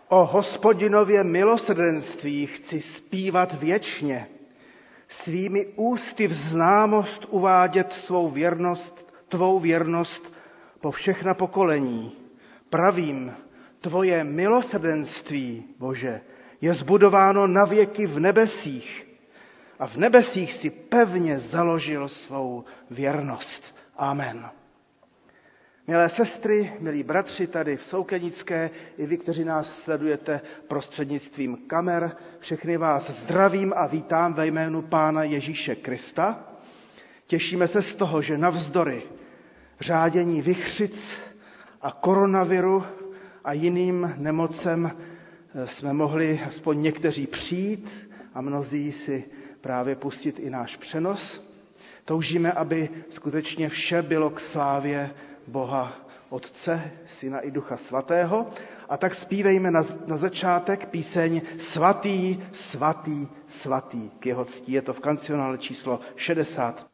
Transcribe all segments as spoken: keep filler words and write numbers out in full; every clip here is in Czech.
O Hospodinově milosrdenství chci zpívat věčně, svými ústy v známost uvádět svou věrnost, tvou věrnost po všechna pokolení. Pravím, tvoje milosrdenství, Bože, je zbudováno na věky v nebesích a v nebesích si pevně založil svou věrnost. Amen. Milé sestry, milí bratři tady v Soukenické, i vy, kteří nás sledujete prostřednictvím kamer, všechny vás zdravím a vítám ve jménu Pána Ježíše Krista. Těšíme se z toho, že navzdory řádění vichřic a koronaviru a jiným nemocem jsme mohli aspoň někteří přijít a mnozí si právě pustit i náš přenos. Toužíme, aby skutečně vše bylo k slávě Boha Otce, Syna i Ducha Svatého. A tak zpívejme na, na začátek píseň Svatý, svatý, svatý k jeho cti. Je to v kancionále číslo šedesát.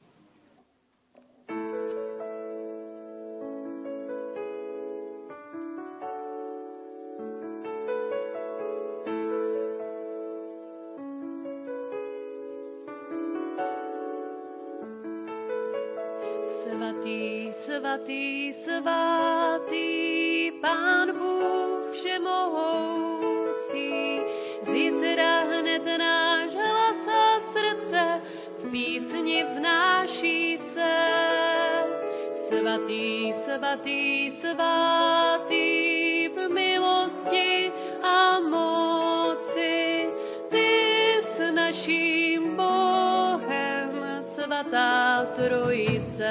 Svatý, svatý, svatý, Pán Bůh všemohoucí, zítra hned náš hlas a srdce v písni vznáší se. Svatý, svatý, svatý, v milosti a moci, ty s naším Bohem, svatá Trojice.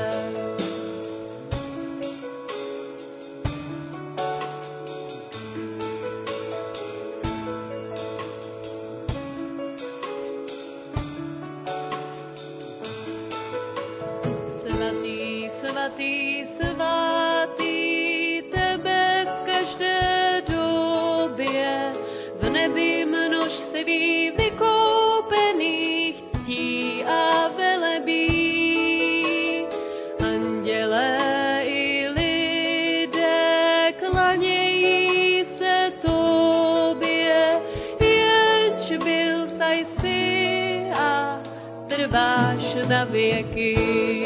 Svatý, svatý, svatý, tebe v každé době, v nebi množství vykoupených ctí a velebí. Andělé i lidé klanějí se tobě, jenž byl saj jsi a trváš na věky.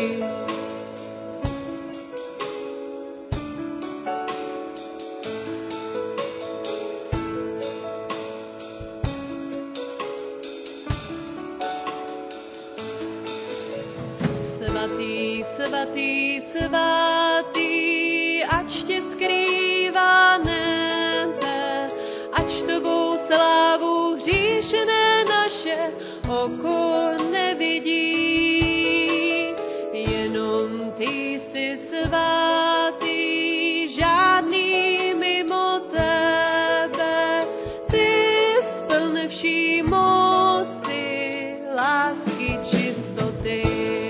Svatý, svatý, svatý, ač tě skrývá nebe, ač tvou slávu hříšné naše oko nevidí. Jenom ty jsi svatý, žádný mimo tebe, ty splň vší moci, lásky, čistoty.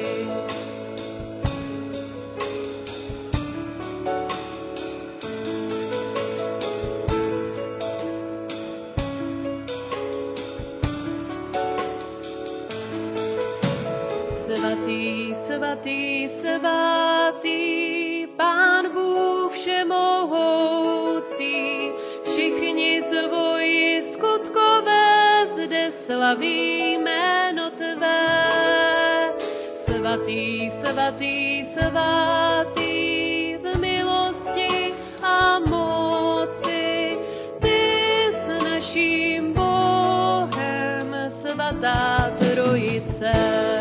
Svatý, svatý, svatý, Pán Bůh všemohoucí, všichni tvoji skutkové zde slaví jméno tvé. Svatý, svatý, svatý, v milosti a moci, ty s naším Bohem, svatá Trojice.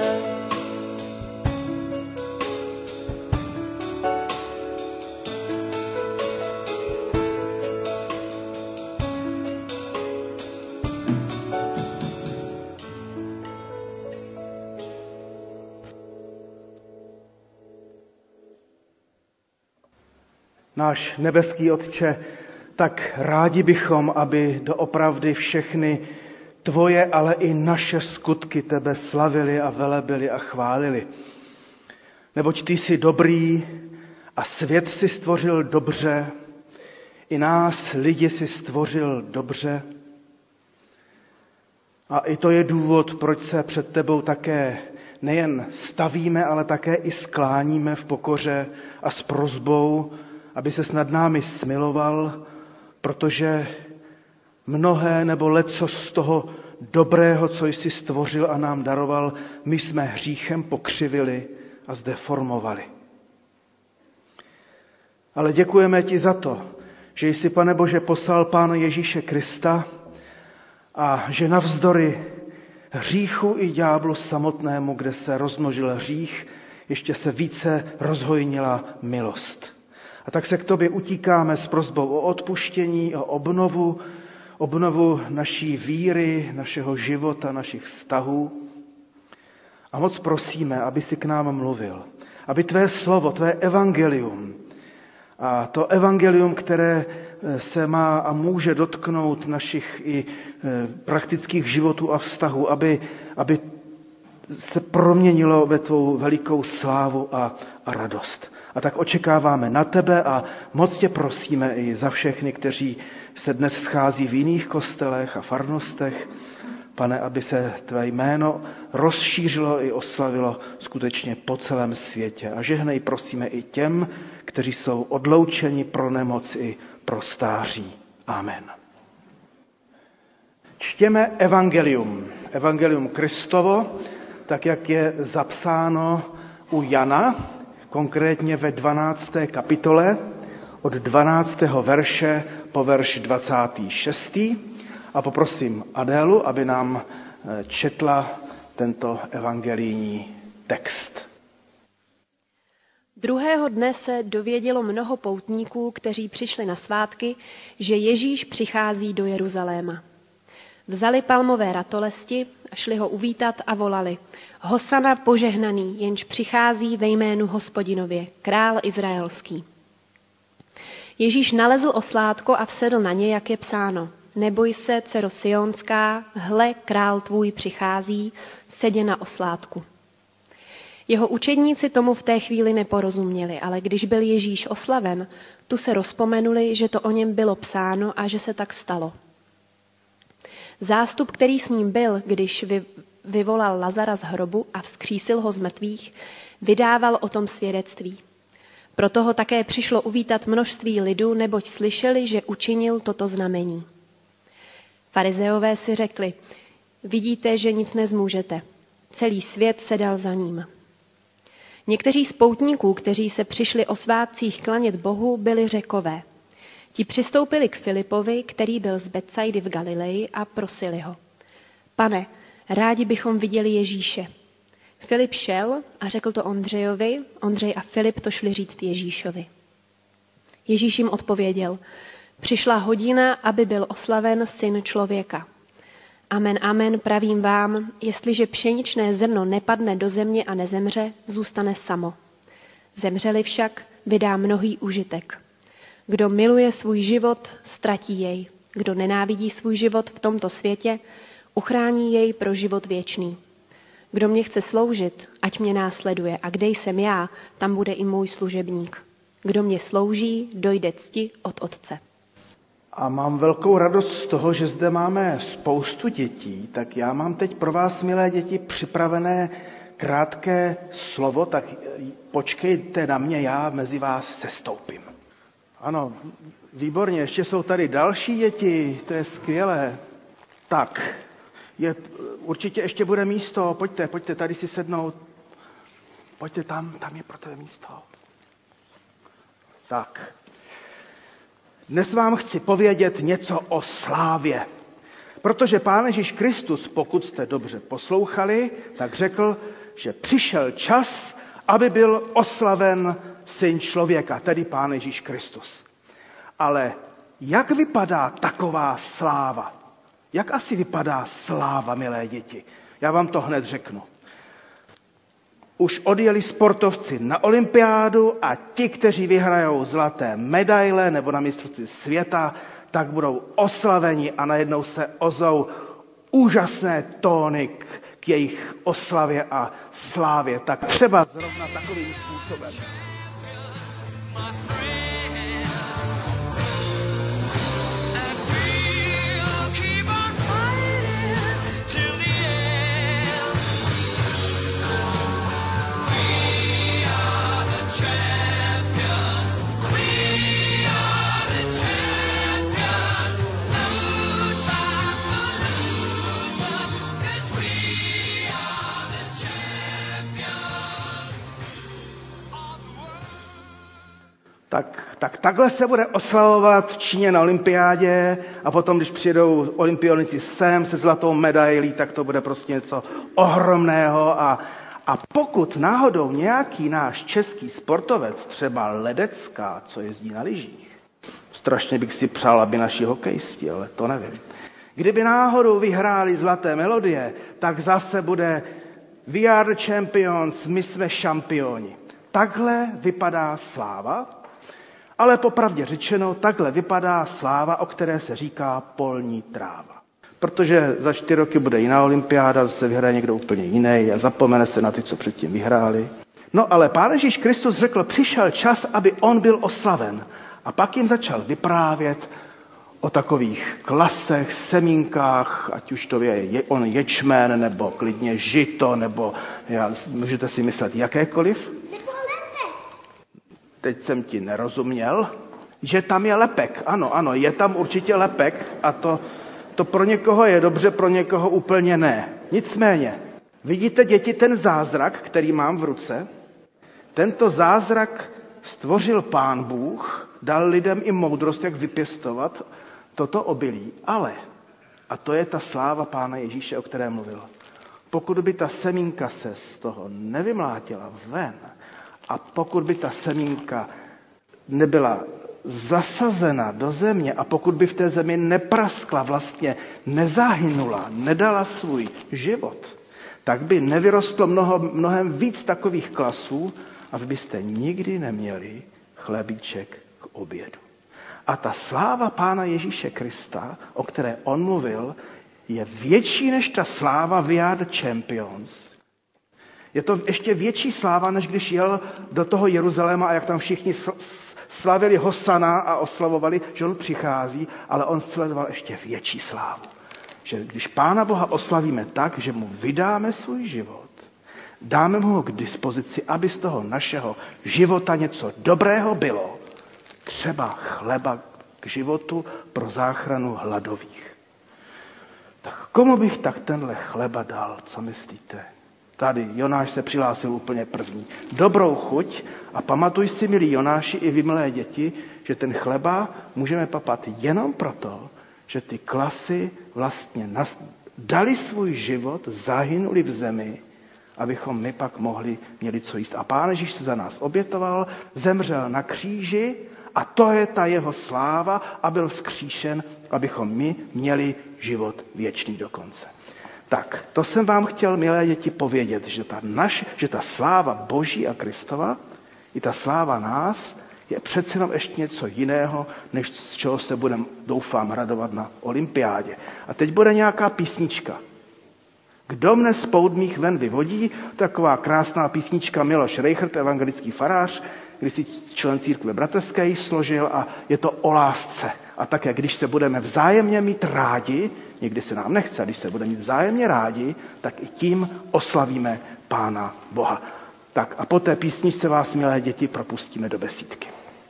Náš nebeský Otče, tak rádi bychom, aby doopravdy všechny tvoje, ale i naše skutky tebe slavili a velebili a chválili. Neboť ty jsi dobrý a svět si stvořil dobře, i nás, lidi, si stvořil dobře. A i to je důvod, proč se před tebou také nejen stavíme, ale také i skláníme v pokoře a s prosbou, aby ses nad námi smiloval, protože mnohé nebo leco z toho dobrého, co jsi stvořil a nám daroval, my jsme hříchem pokřivili a zdeformovali. Ale děkujeme ti za to, že jsi, Pane Bože, poslal Pána Ježíše Krista a že navzdory hříchu i ďáblu samotnému, kde se rozmnožil hřích, ještě se více rozhojnila milost. A tak se k tobě utíkáme s prosbou o odpuštění, o obnovu, obnovu naší víry, našeho života, našich vztahů. A moc prosíme, aby si k nám mluvil, aby tvé slovo, tvé evangelium, a to evangelium, které se má a může dotknout našich i praktických životů a vztahů, aby, aby se proměnilo ve tvou velikou slávu a, a radost. A tak očekáváme na tebe a moc tě prosíme i za všechny, kteří se dnes schází v jiných kostelech a farnostech, Pane, aby se tvé jméno rozšířilo i oslavilo skutečně po celém světě. A žehnej prosíme i těm, kteří jsou odloučeni pro nemoc i pro stáří. Amen. Čtěme evangelium, evangelium Kristovo, tak jak je zapsáno u Jana, konkrétně ve dvanácté kapitole, od dvanáctého verše po verš dvacátý šestý. A poprosím Adélu, aby nám četla tento evangelijní text. Druhého dne se dovědělo mnoho poutníků, kteří přišli na svátky, že Ježíš přichází do Jeruzaléma. Vzali palmové ratolesti a šli ho uvítat a volali: Hosana požehnaný, jenž přichází ve jménu Hospodinově, král izraelský. Ježíš nalezl oslátko a vsedl na ně, jak je psáno: Neboj se, dcero Sionská, hle, král tvůj přichází, sedě na oslátku. Jeho učedníci tomu v té chvíli neporozuměli, ale když byl Ježíš oslaven, tu se rozpomenuli, že to o něm bylo psáno a že se tak stalo. Zástup, který s ním byl, když vy, vyvolal Lazara z hrobu a vzkřísil ho z mrtvých, vydával o tom svědectví. Proto ho také přišlo uvítat množství lidu, neboť slyšeli, že učinil toto znamení. Farizeové si řekli: Vidíte, že nic nezmůžete. Celý svět se dal za ním. Někteří z poutníků, kteří se přišli o svátcích klanět Bohu, byli Řekové. Ti přistoupili k Filipovi, který byl z Betsaidy v Galileji, a prosili ho: Pane, rádi bychom viděli Ježíše. Filip šel a řekl to Ondřejovi, Ondřej a Filip to šli říct Ježíšovi. Ježíš jim odpověděl: Přišla hodina, aby byl oslaven Syn člověka. Amen, amen, pravím vám, jestliže pšeničné zrno nepadne do země a nezemře, zůstane samo. Zemřeli však, vydá mnohý užitek. Kdo miluje svůj život, ztratí jej. Kdo nenávidí svůj život v tomto světě, uchrání jej pro život věčný. Kdo mě chce sloužit, ať mě následuje, a kde jsem já, tam bude i můj služebník. Kdo mě slouží, dojde cti od Otce. A mám velkou radost z toho, že zde máme spoustu dětí, tak já mám teď pro vás, milé děti, připravené krátké slovo, tak počkejte na mě, já mezi vás sestoupím. Ano, výborně, ještě jsou tady další děti, to je skvělé. Tak, je, určitě ještě bude místo, pojďte, pojďte tady si sednout. Pojďte tam, tam je pro tebe místo. Tak. Dnes vám chci povědět něco o slávě. Protože Pán Ježíš Kristus, pokud jste dobře poslouchali, tak řekl, že přišel čas, aby byl oslaven Syn člověka, tedy Pán Ježíš Kristus. Ale jak vypadá taková sláva? Jak asi vypadá sláva, milé děti? Já vám to hned řeknu. Už odjeli sportovci na olympiádu a ti, kteří vyhrajou zlaté medaile nebo na mistrovství světa, tak budou oslaveni a najednou se ozou úžasné tóny k, k jejich oslavě a slávě. Tak třeba zrovna takovým způsobem. Champions, we are the champions. Tak, tak takhle se bude oslavovat v Číně na olympiádě a potom, když přijedou olympionici sem se zlatou medailí, tak to bude prostě něco ohromného. A, a pokud náhodou nějaký náš český sportovec, třeba Ledecká, co jezdí na lyžích, strašně bych si přál, aby naši hokejisti, ale to nevím. Kdyby náhodou vyhráli zlaté melodie, tak zase bude We are the champions, my jsme šampioni. Takhle vypadá sláva, ale popravdě řečeno, takhle vypadá sláva, o které se říká polní tráva. Protože za čtyři roky bude jiná olympiáda, zase vyhraje někdo úplně jiný a zapomene se na ty, co předtím vyhráli. No ale Pán Ježíš Kristus řekl, přišel čas, aby on byl oslaven. A pak jim začal vyprávět o takových klasech, semínkách, ať už to je on ječmen, nebo klidně žito, nebo já, můžete si myslet jakékoliv. Teď jsem ti nerozuměl, že tam je lepek. Ano, ano, je tam určitě lepek a to, to pro někoho je dobře, pro někoho úplně ne. Nicméně, vidíte, děti, ten zázrak, který mám v ruce, tento zázrak stvořil Pán Bůh, dal lidem i moudrost, jak vypěstovat toto obilí, ale, a to je ta sláva Pána Ježíše, o které mluvil, pokud by ta semínka se z toho nevymlátila ven a pokud by ta semínka nebyla zasazena do země a pokud by v té zemi nepraskla, vlastně nezahynula, nedala svůj život, tak by nevyrostlo mnoho, mnohem víc takových klasů a vy byste nikdy neměli chlebíček k obědu. A ta sláva Pána Ježíše Krista, o které on mluvil, je větší než ta sláva We are the champions. Je to ještě větší sláva, než když jel do toho Jeruzaléma a jak tam všichni slavili Hosana a oslavovali, že on přichází, ale on sledoval ještě větší slávu. Že když Pána Boha oslavíme tak, že mu vydáme svůj život, dáme mu ho k dispozici, aby z toho našeho života něco dobrého bylo, třeba chleba k životu pro záchranu hladových. Tak komu bych tak tenhle chleba dal, co myslíte? Tady Jonáš se přihlásil úplně první. Dobrou chuť a pamatuj si, milí Jonáši, i vy, milé děti, že ten chleba můžeme papat jenom proto, že ty klasy vlastně nas- dali svůj život, zahynuli v zemi, abychom my pak mohli měli co jíst. A Pán Ježíš se za nás obětoval, zemřel na kříži a to je ta jeho sláva a byl vzkříšen, abychom my měli život věčný dokonce. Tak, to jsem vám chtěl, milé děti, povědět, že ta, naš, že ta sláva Boží a Kristova i ta sláva nás je přece jenom ještě něco jiného, než z čeho se budeme, doufám, radovat na olympiádě. A teď bude nějaká písnička. Kdo mne z poudmých ven vyvodí, taková krásná písnička Miloš Reichert, evangelický farář, když si člen církve bratrské složil a je to o lásce. A také, když se budeme vzájemně mít rádi, někdy se nám nechce, když se budeme mít vzájemně rádi, tak i tím oslavíme Pána Boha. Tak a po té písničce vás, milé děti, propustíme do besídky.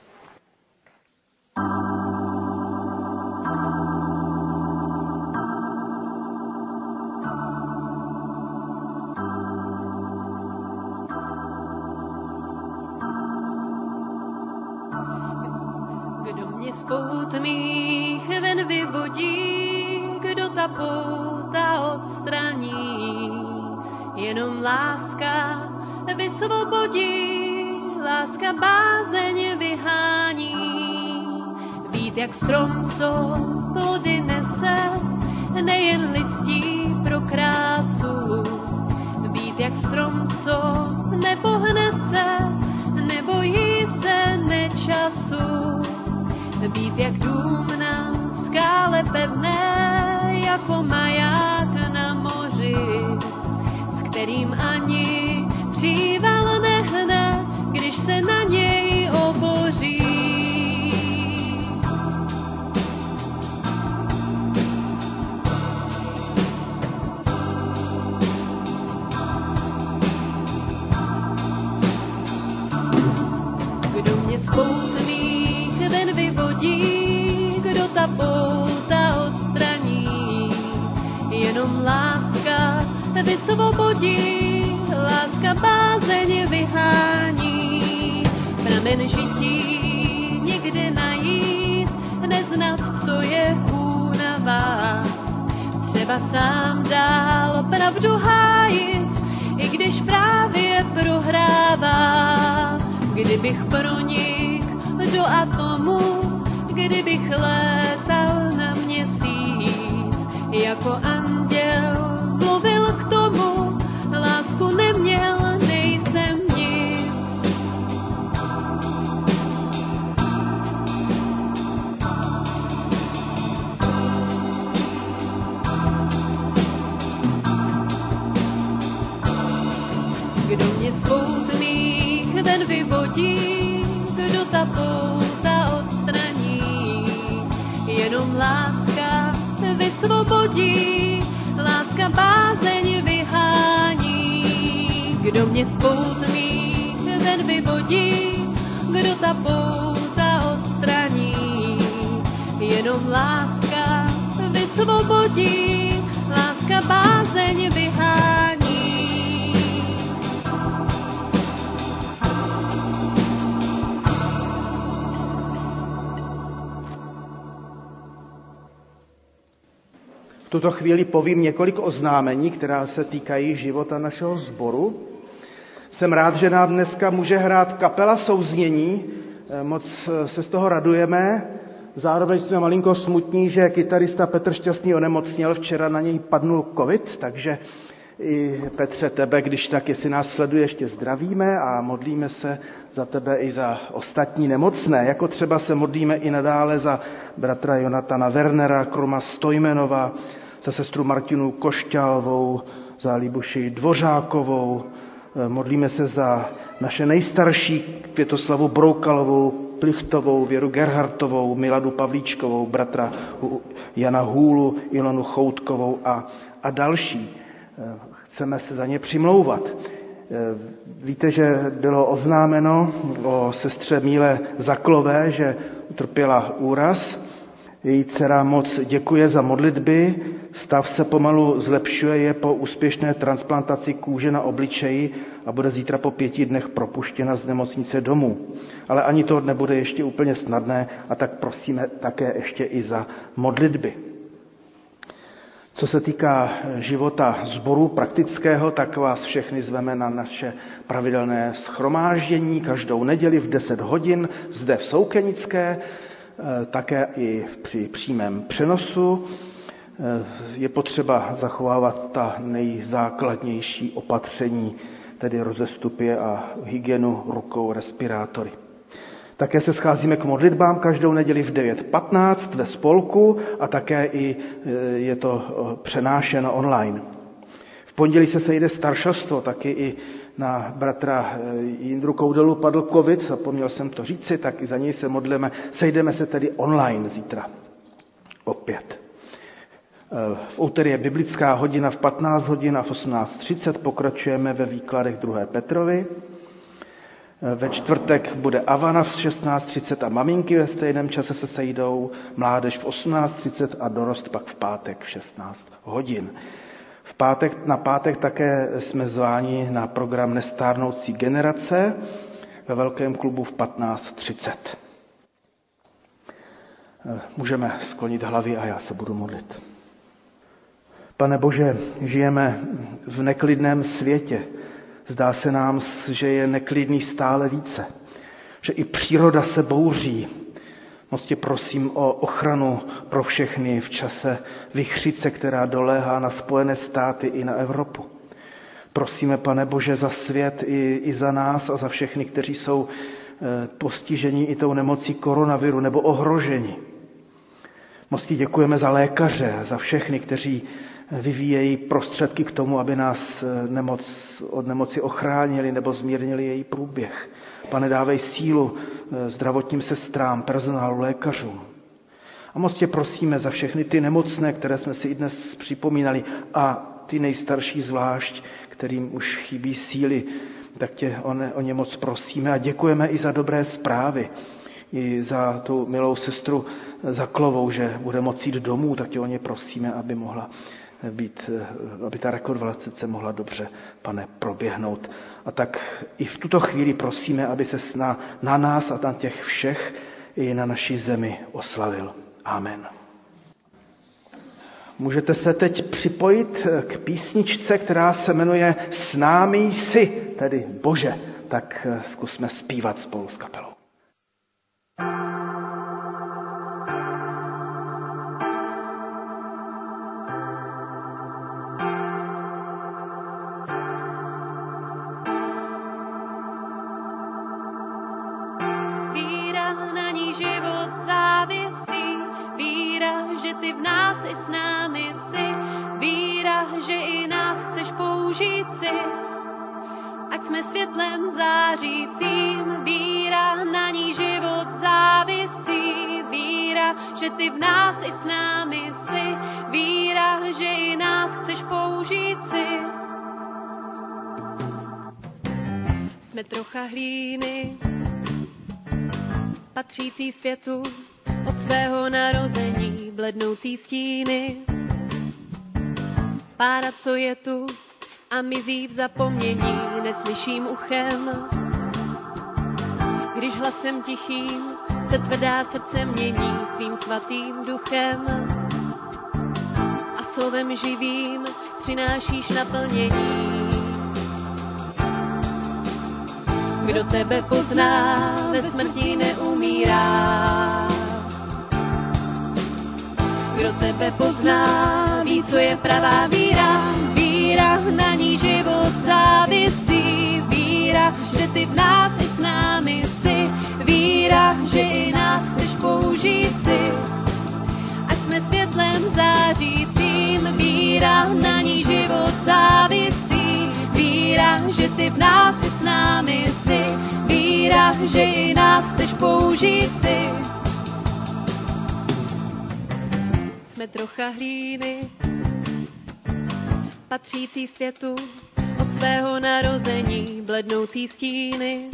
Jenom láska vysvobodí, láska bázeň vyhání. Být jak strom, co plody nese, nejen listí pro krásu. Být jak strom, co nepohne se, nebojí se nečasu. Být jak dům na skále pevné, jako maják na moři, kterým ani příval nehne, když se na něj oboří. Kdo mě z poutných ven vyvodí, kdo ta pouta odstraní, jenom láska vysvobodí, láska bázeň vyhání, pramen žití co je únava. Třeba sám dál pravdu hájit, i když právě prohrává. Kdybych pronik do atomu, kdybych létal na měsíc, jako anděl mluvil k tomu, lásku neměl, nejsem nic. Kdo mě z pout mých ven vyvodí, kdo ta pouta odstraní, jenom láska vysvobodí, láska bázeň vyhání. Kdo mě z pout mých ven vyvodí, kdo ta pouta odstraní, jenom láska vysvobodí, láska bázeň vyhání. V tuto chvíli povím několik oznámení, která se týkají života našeho sboru. Jsem rád, že nám dneska může hrát kapela Souznění, moc se z toho radujeme. Zároveň jsme malinko smutní, že kytarista Petr Šťastný onemocněl, včera na něj padnul covid, takže i Petře, tebe, když tak, jestli nás sleduješ, tě zdravíme a modlíme se za tebe i za ostatní nemocné. Jako třeba se modlíme i nadále za bratra Jonatana Wernera, Kroma Stojmenova, za sestru Martinu Košťálovou, za Libuši Dvořákovou. Modlíme se za naše nejstarší Květoslavu Broukalovou, Plichtovou, Věru Gerhartovou, Miladu Pavlíčkovou, bratra Jana Hůlu, Ilonu Choutkovou a, a další. Chceme se za ně přimlouvat. Víte, že bylo oznámeno o sestře Míle Zaklové, že utrpěla úraz. Její dcera moc děkuje za modlitby. Stav se pomalu zlepšuje, je po úspěšné transplantaci kůže na obličeji a bude zítra po pěti dnech propuštěna z nemocnice domů. Ale ani to nebude ještě úplně snadné a tak prosíme také ještě i za modlitby. Co se týká života sboru praktického, tak vás všechny zveme na naše pravidelné shromáždění každou neděli v deset hodin zde v Soukenické, také i při přímém přenosu. Je potřeba zachovávat ta nejzákladnější opatření, tedy rozestupy a hygienu rukou, respirátory. Také se scházíme k modlitbám každou neděli v devět patnáct ve spolku a také i je to přenášeno online. V pondělí se sejde staršostvo, taky i na bratra Jindru Koudelu padl covid, zapomněl jsem to říci, tak i za něj se modlíme. Sejdeme se tedy online zítra opět. V úterý je biblická hodina v patnáct hodin a v osmnáct třicet pokračujeme ve výkladech druhé Petrovi. Ve čtvrtek bude Avana v šestnáct třicet a maminky ve stejném čase se sejdou, mládež v osmnáct třicet a dorost pak v pátek v šestnáct hodin. V pátek, na pátek také jsme zváni na program Nestárnoucí generace ve velkém klubu v patnáct třicet. Můžeme sklonit hlavy a já se budu modlit. Pane Bože, žijeme v neklidném světě. Zdá se nám, že je neklidný stále více, že i příroda se bouří. Moc tě prosím o ochranu pro všechny v čase vichřice, která doléhá na Spojené státy i na Evropu. Prosíme, Pane Bože, za svět i, i za nás a za všechny, kteří jsou postiženi i tou nemocí koronaviru nebo ohroženi. Moc ti děkujeme za lékaře, za všechny, kteří vyvíjejí prostředky k tomu, aby nás nemoc, od nemoci ochránili nebo zmírnili její průběh. Pane, dávej sílu zdravotním sestrám, personálu, lékařům. A moc tě prosíme za všechny ty nemocné, které jsme si i dnes připomínali, a ty nejstarší zvlášť, kterým už chybí síly, tak tě o, ne, o ně moc prosíme a děkujeme i za dobré zprávy. I za tu milou sestru Zaklovou, že bude moci jít domů, tak tě o ně prosíme, aby mohla být, aby ta rekonvalescence mohla dobře, Pane, proběhnout. A tak i v tuto chvíli prosíme, aby ses na, na nás a na těch všech i na naší zemi oslavil. Amen. Můžete se teď připojit k písničce, která se jmenuje S námi jsi, tedy Bože. Tak zkusme zpívat spolu s kapelou. Světlem zářícím, víra, na ní život závisí, víra, že ty v nás i s námi jsi, víra, že i nás chceš použít si. Jsme trocha hlíny, patřící světu, od svého narození blednoucí stíny. Pára, co je tu, a mizí v zapomnění, neslyším uchem. Když hlasem tichým se tvrdá srdce mění svým svatým duchem. A slovem živým přinášíš naplnění. Kdo tebe pozná, ve smrti neumírá. Kdo tebe pozná, ví, co je pravá víra. Víra, na ní život závisí, víra, že ty v nás i s námi jsi, víra, že i nás chceš použít si. Ať jsme světlem zářícím, víra, na ní život závisí, víra, že ty v nás i s námi jsi, víra, že i nás chceš použít si. Jsme trocha hlíny, patřící světu, od svého narození blednoucí stíny.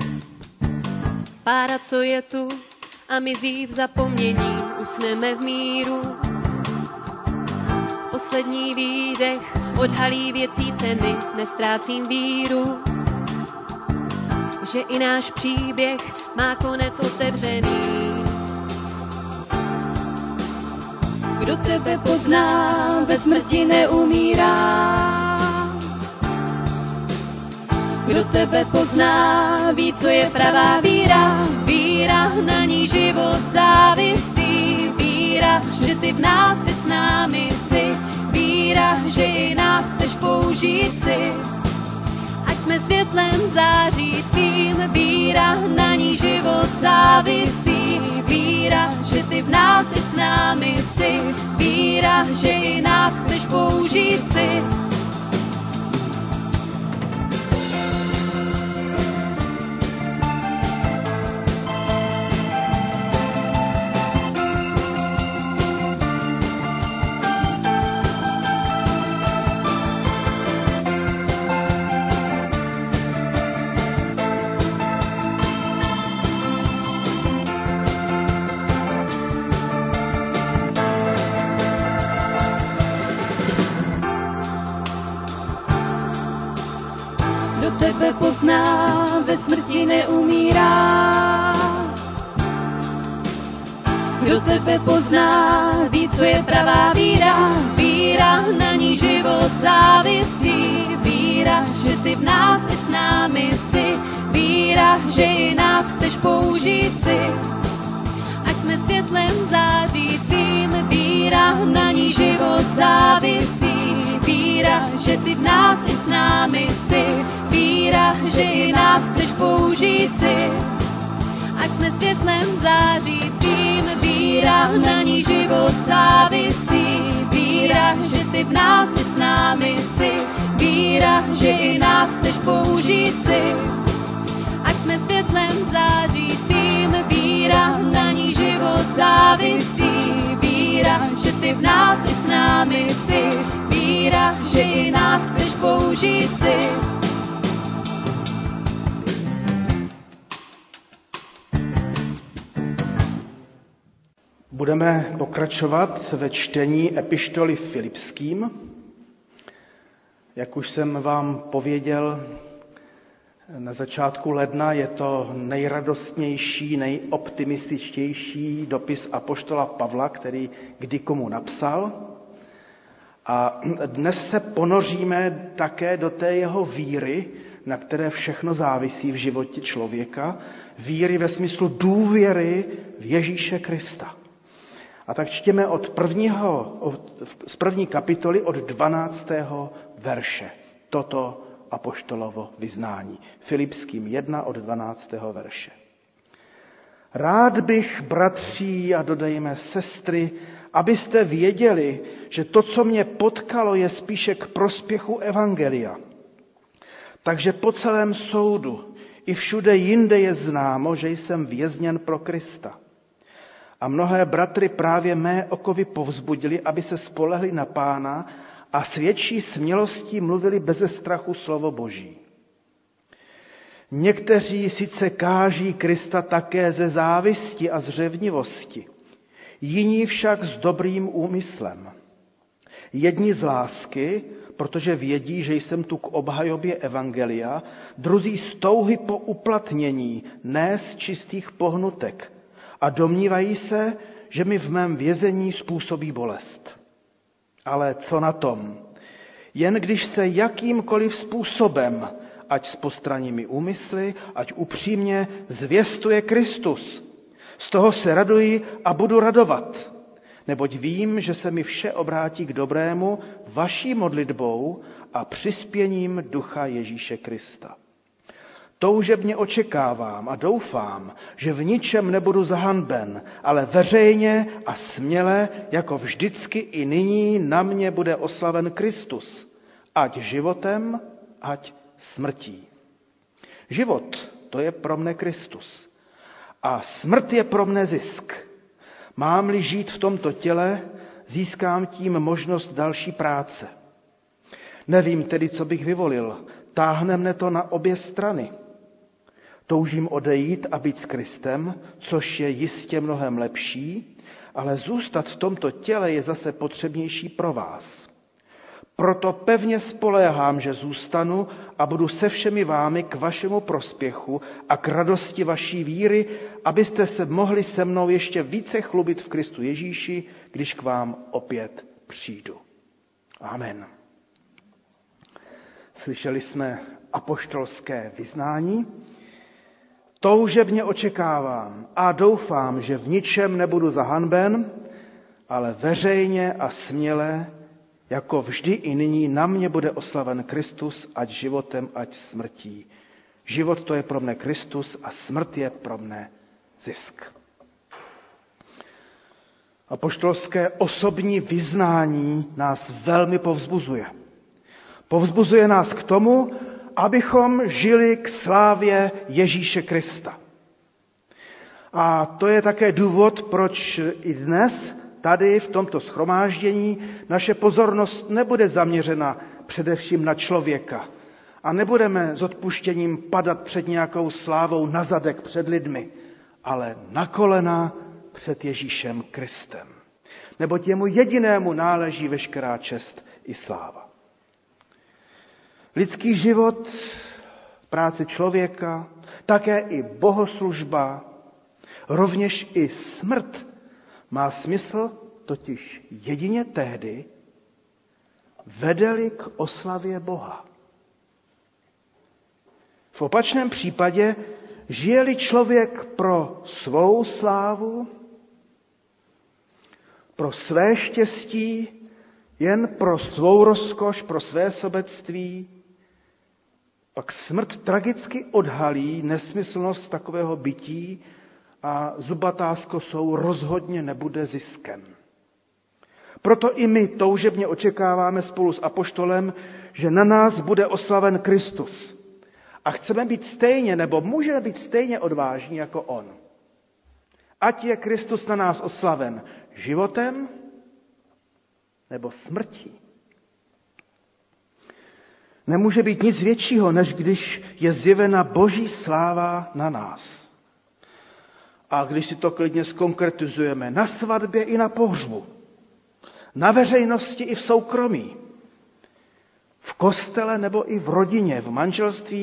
Pára, co je tu, a mizí v zapomnění, usneme v míru. Poslední výdech odhalí věcí ceny, nestrácím víru, že i náš příběh má konec otevřený. Kdo tebe pozná, ve smrti neumírá. Kdo tebe pozná, ví, co je pravá víra. Víra, na ní život závisí. Víra, že ty v nás i s námi jsi. Víra, že i nás chceš použít si. Ať jsme světlem zářícím. Víra, na ní život závisí. Víra, že ty v nás i s námi jsi. Víra, že i nás chceš použít si. Tebe pozná, ve smrti neumírá. Kdo tebe pozná, ví, co je pravá víra. Víra, na ní život závisí. Víra, že ty v nás i s námi jsi. Víra, že i nás chceš použít si. Ať jsme světlem zářícím. Víra, na ní život závisí. Víra, že ty v nás i s námi jsi. Víra, že i nás chceš použít si. Ať jsme světlem zářícím. Víra, na ní život závisí. Víra, že ty v nás i s námi jsi. Víra, že i nás chceš použít si. Ať jsme světlem zářícím. Víra, na ní život závisí. Víra, že ty v nás i s námi jsi. Víra, že i nás chceš použít si. Budeme pokračovat ve čtení epištoly Filipským. Jak už jsem vám pověděl, Na začátku ledna je to nejradostnější, nejoptimističtější dopis apoštola Pavla, který kdy komu napsal. A dnes se ponoříme také do té jeho víry, na které všechno závisí v životě člověka. Víry ve smyslu důvěry v Ježíše Krista. A tak čtěme od prvního, z první kapitoly od dvanáctého verše. Toto apoštolovo vyznání. Filipským jedna od dvanáctého verše. Rád bych, bratří a dodejme sestry, abyste věděli, že to, co mě potkalo, je spíše k prospěchu evangelia. Takže po celém soudu i všude jinde je známo, že jsem vězněn pro Krista. A mnohé bratry právě mé okovy povzbudili, aby se spolehli na Pána a s větší smělostí mluvili beze strachu slovo Boží. Někteří sice káží Krista také ze závisti a z řevnivosti, jiní však s dobrým úmyslem. Jedni z lásky, protože vědí, že jsem tu k obhajobě evangelia, druzí z touhy po uplatnění, ne z čistých pohnutek, a domnívají se, že mi v mém vězení způsobí bolest. Ale co na tom? Jen když se jakýmkoliv způsobem, ať s postranními úmysly, ať upřímně, zvěstuje Kristus. Z toho se raduji a budu radovat, neboť vím, že se mi vše obrátí k dobrému vaší modlitbou a přispěním Ducha Ježíše Krista. Toužebně očekávám a doufám, že v ničem nebudu zahanben, ale veřejně a směle, jako vždycky i nyní, na mě bude oslaven Kristus, ať životem, ať smrtí. Život, to je pro mne Kristus. A smrt je pro mne zisk. Mám-li žít v tomto těle, získám tím možnost další práce. Nevím tedy, co bych vyvolil. Táhne mne to na obě strany. Toužím odejít a být s Kristem, což je jistě mnohem lepší, ale zůstat v tomto těle je zase potřebnější pro vás. Proto pevně spoléhám, že zůstanu a budu se všemi vámi k vašemu prospěchu a k radosti vaší víry, abyste se mohli se mnou ještě více chlubit v Kristu Ježíši, když k vám opět přijdu. Amen. Slyšeli jsme apoštolské vyznání. Toužebně očekávám a doufám, že v ničem nebudu zahanben, ale veřejně a směle, jako vždy i nyní, na mě bude oslaven Kristus, ať životem, ať smrtí. Život to je pro mne Kristus a smrt je pro mne zisk. Apoštolské osobní vyznání nás velmi povzbuzuje. Povzbuzuje nás k tomu, abychom žili k slávě Ježíše Krista. A to je také důvod, proč i dnes tady v tomto shromáždění naše pozornost nebude zaměřena především na člověka a nebudeme s odpuštěním padat před nějakou slávou na zadek před lidmi, ale na kolena před Ježíšem Kristem. Neboť jemu jedinému náleží veškerá čest i sláva. Lidský život, práce člověka, také i bohoslužba, rovněž i smrt má smysl totiž jedině tehdy, vede-li k oslavě Boha. V opačném případě, žije-li člověk pro svou slávu, pro své štěstí, jen pro svou rozkoš, pro své sobectví, pak smrt tragicky odhalí nesmyslnost takového bytí a zubatá s kosou rozhodně nebude ziskem. Proto i my toužebně očekáváme spolu s apoštolem, že na nás bude oslaven Kristus. A chceme být stejně, nebo můžeme být stejně odvážní jako on. Ať je Kristus na nás oslaven životem nebo smrtí. Nemůže být nic většího, než když je zjevena Boží sláva na nás. A když si to klidně zkonkretizujeme na svatbě i na pohřbu, na veřejnosti i v soukromí, v kostele nebo i v rodině, v manželství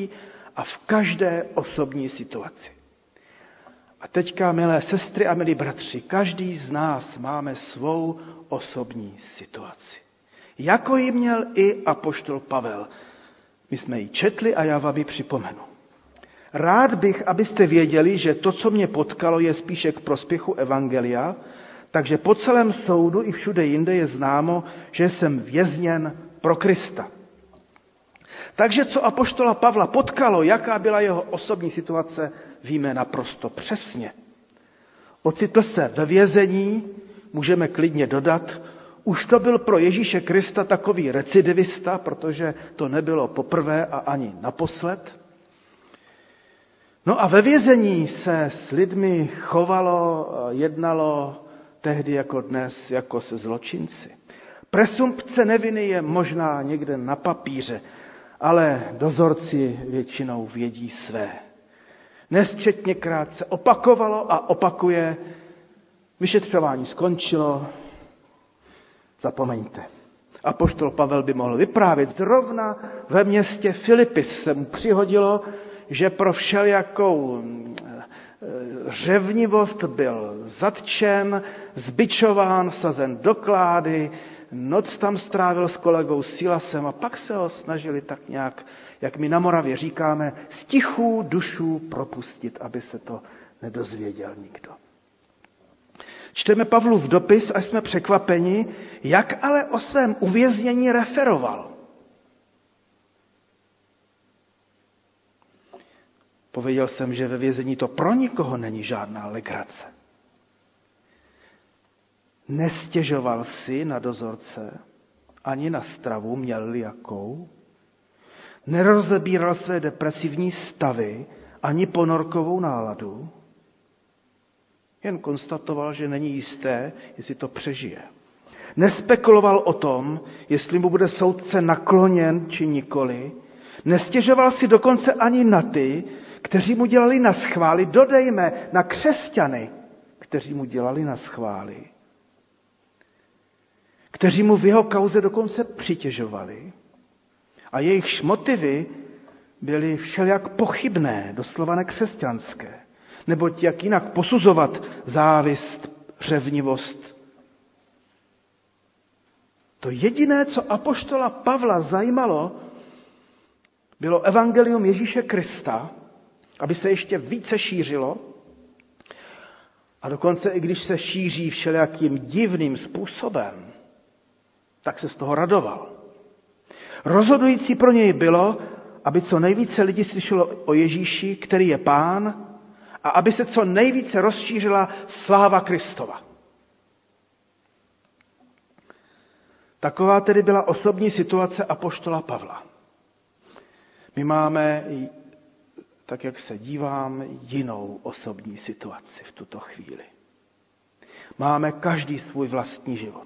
a v každé osobní situaci. A teďka, milé sestry a milí bratři, každý z nás máme svou osobní situaci. Jako ji měl i apoštol Pavel. My jsme ji četli a já vám ji připomenu. Rád bych, abyste věděli, že to, co mě potkalo, je spíše k prospěchu evangelia, takže po celém soudu i všude jinde je známo, že jsem vězněn pro Krista. Takže co apoštola Pavla potkalo, jaká byla jeho osobní situace, víme naprosto přesně. Ocitl se ve vězení, můžeme klidně dodat, už to byl pro Ježíše Krista takový recidivista, protože to nebylo poprvé a ani naposled. No a ve vězení se s lidmi chovalo, jednalo tehdy jako dnes, jako se zločinci. Presumpce neviny je možná někde na papíře, ale dozorci většinou vědí své. Nesčetněkrát se opakovalo a opakuje, vyšetřování skončilo, zapomeňte. Apoštol Pavel by mohl vyprávět, zrovna ve městě Filipis se mu přihodilo, že pro všelijakou řevnivost byl zatčen, zbičován, vsazen do klády, noc tam strávil s kolegou Silasem a pak se ho snažili tak nějak, jak my na Moravě říkáme, z tichů dušů propustit, aby se to nedozvěděl nikdo. Čteme Pavlův dopis a jsme překvapeni, jak ale o svém uvěznění referoval. Pověděl jsem, že ve vězení to pro nikoho není žádná legrace. Nestěžoval si na dozorce, ani na stravu, měl-li jakou. Nerozebíral své depresivní stavy, ani ponorkovou náladu. Jen konstatoval, že není jisté, jestli to přežije. Nespekuloval o tom, jestli mu bude soudce nakloněn či nikoli. Nestěžoval si dokonce ani na ty, kteří mu dělali na schvály, dodejme na křesťany, kteří mu dělali na schvály, kteří mu v jeho kauze dokonce přitěžovali a jejichž motivy byly všelijak pochybné, doslova nekřesťanské, neboť jak jinak posuzovat závist, řevnivost. To jediné, co apoštola Pavla zajímalo, bylo evangelium Ježíše Krista, aby se ještě více šířilo. A dokonce i když se šíří všelijakým divným způsobem, tak se z toho radoval. Rozhodující pro něj bylo, aby co nejvíce lidí slyšelo o Ježíši, který je Pán, a aby se co nejvíce rozšířila sláva Kristova. Taková tedy byla osobní situace apoštola Pavla. My máme, tak jak se dívám, jinou osobní situaci v tuto chvíli. Máme každý svůj vlastní život.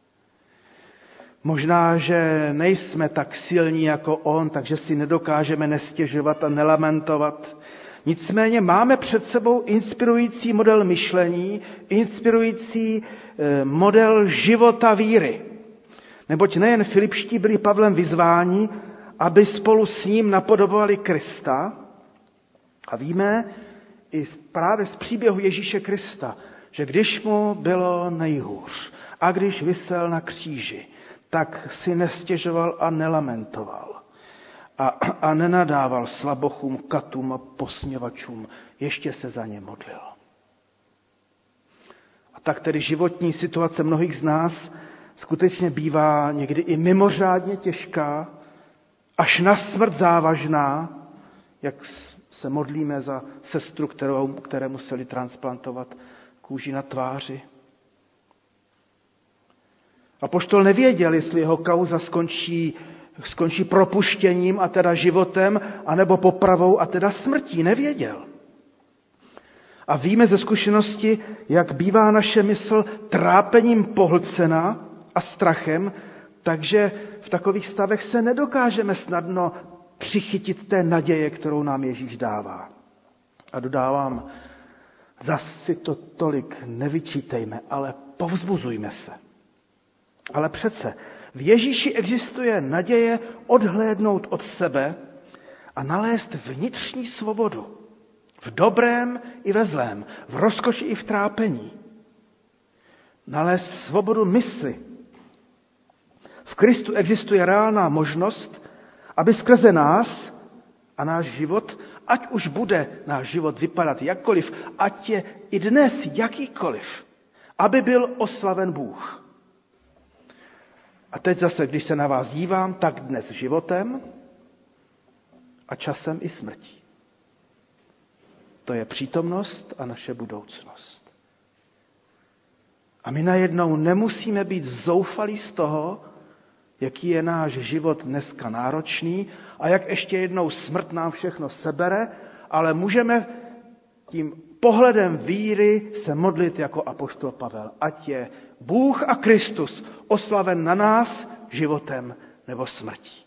Možná, že nejsme tak silní jako on, takže si nedokážeme nestěžovat a nelamentovat. Nicméně máme před sebou inspirující model myšlení, inspirující model života víry. Neboť nejen Filipští byli Pavlem vyzváni, aby spolu s ním napodobovali Krista. A víme i právě z příběhu Ježíše Krista, že když mu bylo nejhůř a když visel na kříži, tak si nestěžoval a nelamentoval. A, a nenadával slabochům, katům a posměvačům. Ještě se za ně modlil. A tak tedy životní situace mnohých z nás skutečně bývá někdy i mimořádně těžká, až na smrt závažná, jak se modlíme za sestru, kterou, které museli transplantovat kůži na tváři. Apoštol nevěděl, jestli jeho kauza skončí, skončí propuštěním a teda životem, anebo popravou a teda smrtí. Nevěděl. A víme ze zkušenosti, jak bývá naše mysl trápením pohlcena a strachem, takže v takových stavech se nedokážeme snadno přichytit té naděje, kterou nám Ježíš dává. A dodávám, zase to tolik nevyčítejme, ale povzbuzujme se. Ale přece v Ježíši existuje naděje odhlédnout od sebe a nalézt vnitřní svobodu. V dobrém i ve zlém, v rozkoši i v trápení. Nalézt svobodu mysli. V Kristu existuje reálná možnost, aby skrze nás a náš život, ať už bude náš život vypadat jakkoliv, ať je i dnes jakýkoliv, aby byl oslaven Bůh. A teď zase, když se na vás dívám, tak dnes životem a časem i smrtí. To je přítomnost a naše budoucnost. A my najednou nemusíme být zoufalí z toho, jaký je náš život dneska náročný a jak ještě jednou smrt nám všechno sebere, ale můžeme tím pohledem víry se modlit jako apoštol Pavel. Ať je Bůh a Kristus oslaven na nás životem nebo smrtí.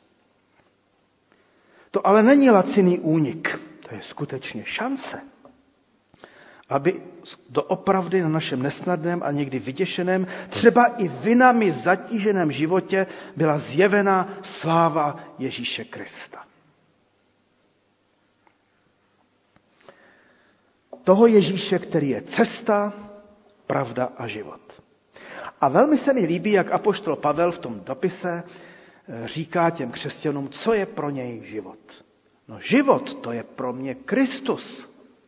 To ale není laciný únik, to je skutečně šance, aby doopravdy na našem nesnadném a někdy vyděšeném, třeba i vinami zatíženém životě byla zjevena sláva Ježíše Krista. Toho Ježíše, který je cesta, pravda a život. A velmi se mi líbí, jak apoštol Pavel v tom dopise říká těm křesťanům, co je pro něj život. No život, to je pro mě Kristus.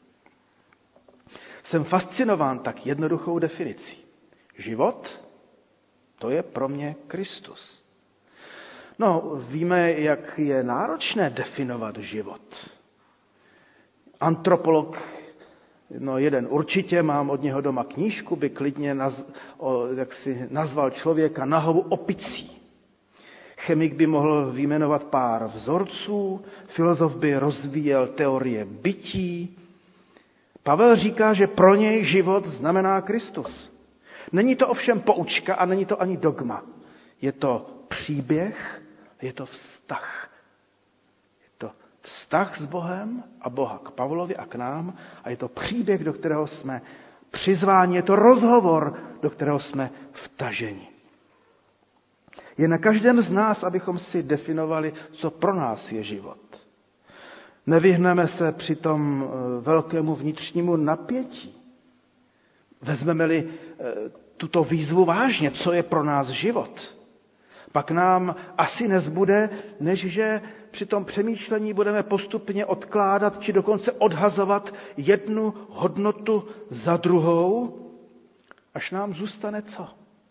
Jsem fascinován tak jednoduchou definicí. Život, to je pro mě Kristus. No, víme, jak je náročné definovat život. Antropolog, no jeden určitě, mám od něho doma knížku, by klidně naz, o, jak si nazval člověka nahovu opicí. Chemik by mohl vyjmenovat pár vzorců, filozof by rozvíjel teorie bytí. Pavel říká, že pro něj život znamená Kristus. Není to ovšem poučka a není to ani dogma. Je to příběh, je to vztah. Je to vztah s Bohem a Boha k Pavlovi a k nám a je to příběh, do kterého jsme přizváni, je to rozhovor, do kterého jsme vtaženi. Je na každém z nás, abychom si definovali, co pro nás je život. Nevyhneme se při tom velkému vnitřnímu napětí. Vezmeme-li tuto výzvu vážně, co je pro nás život, pak nám asi nezbude, než že při tom přemýšlení budeme postupně odkládat či dokonce odhazovat jednu hodnotu za druhou, až nám zůstane co?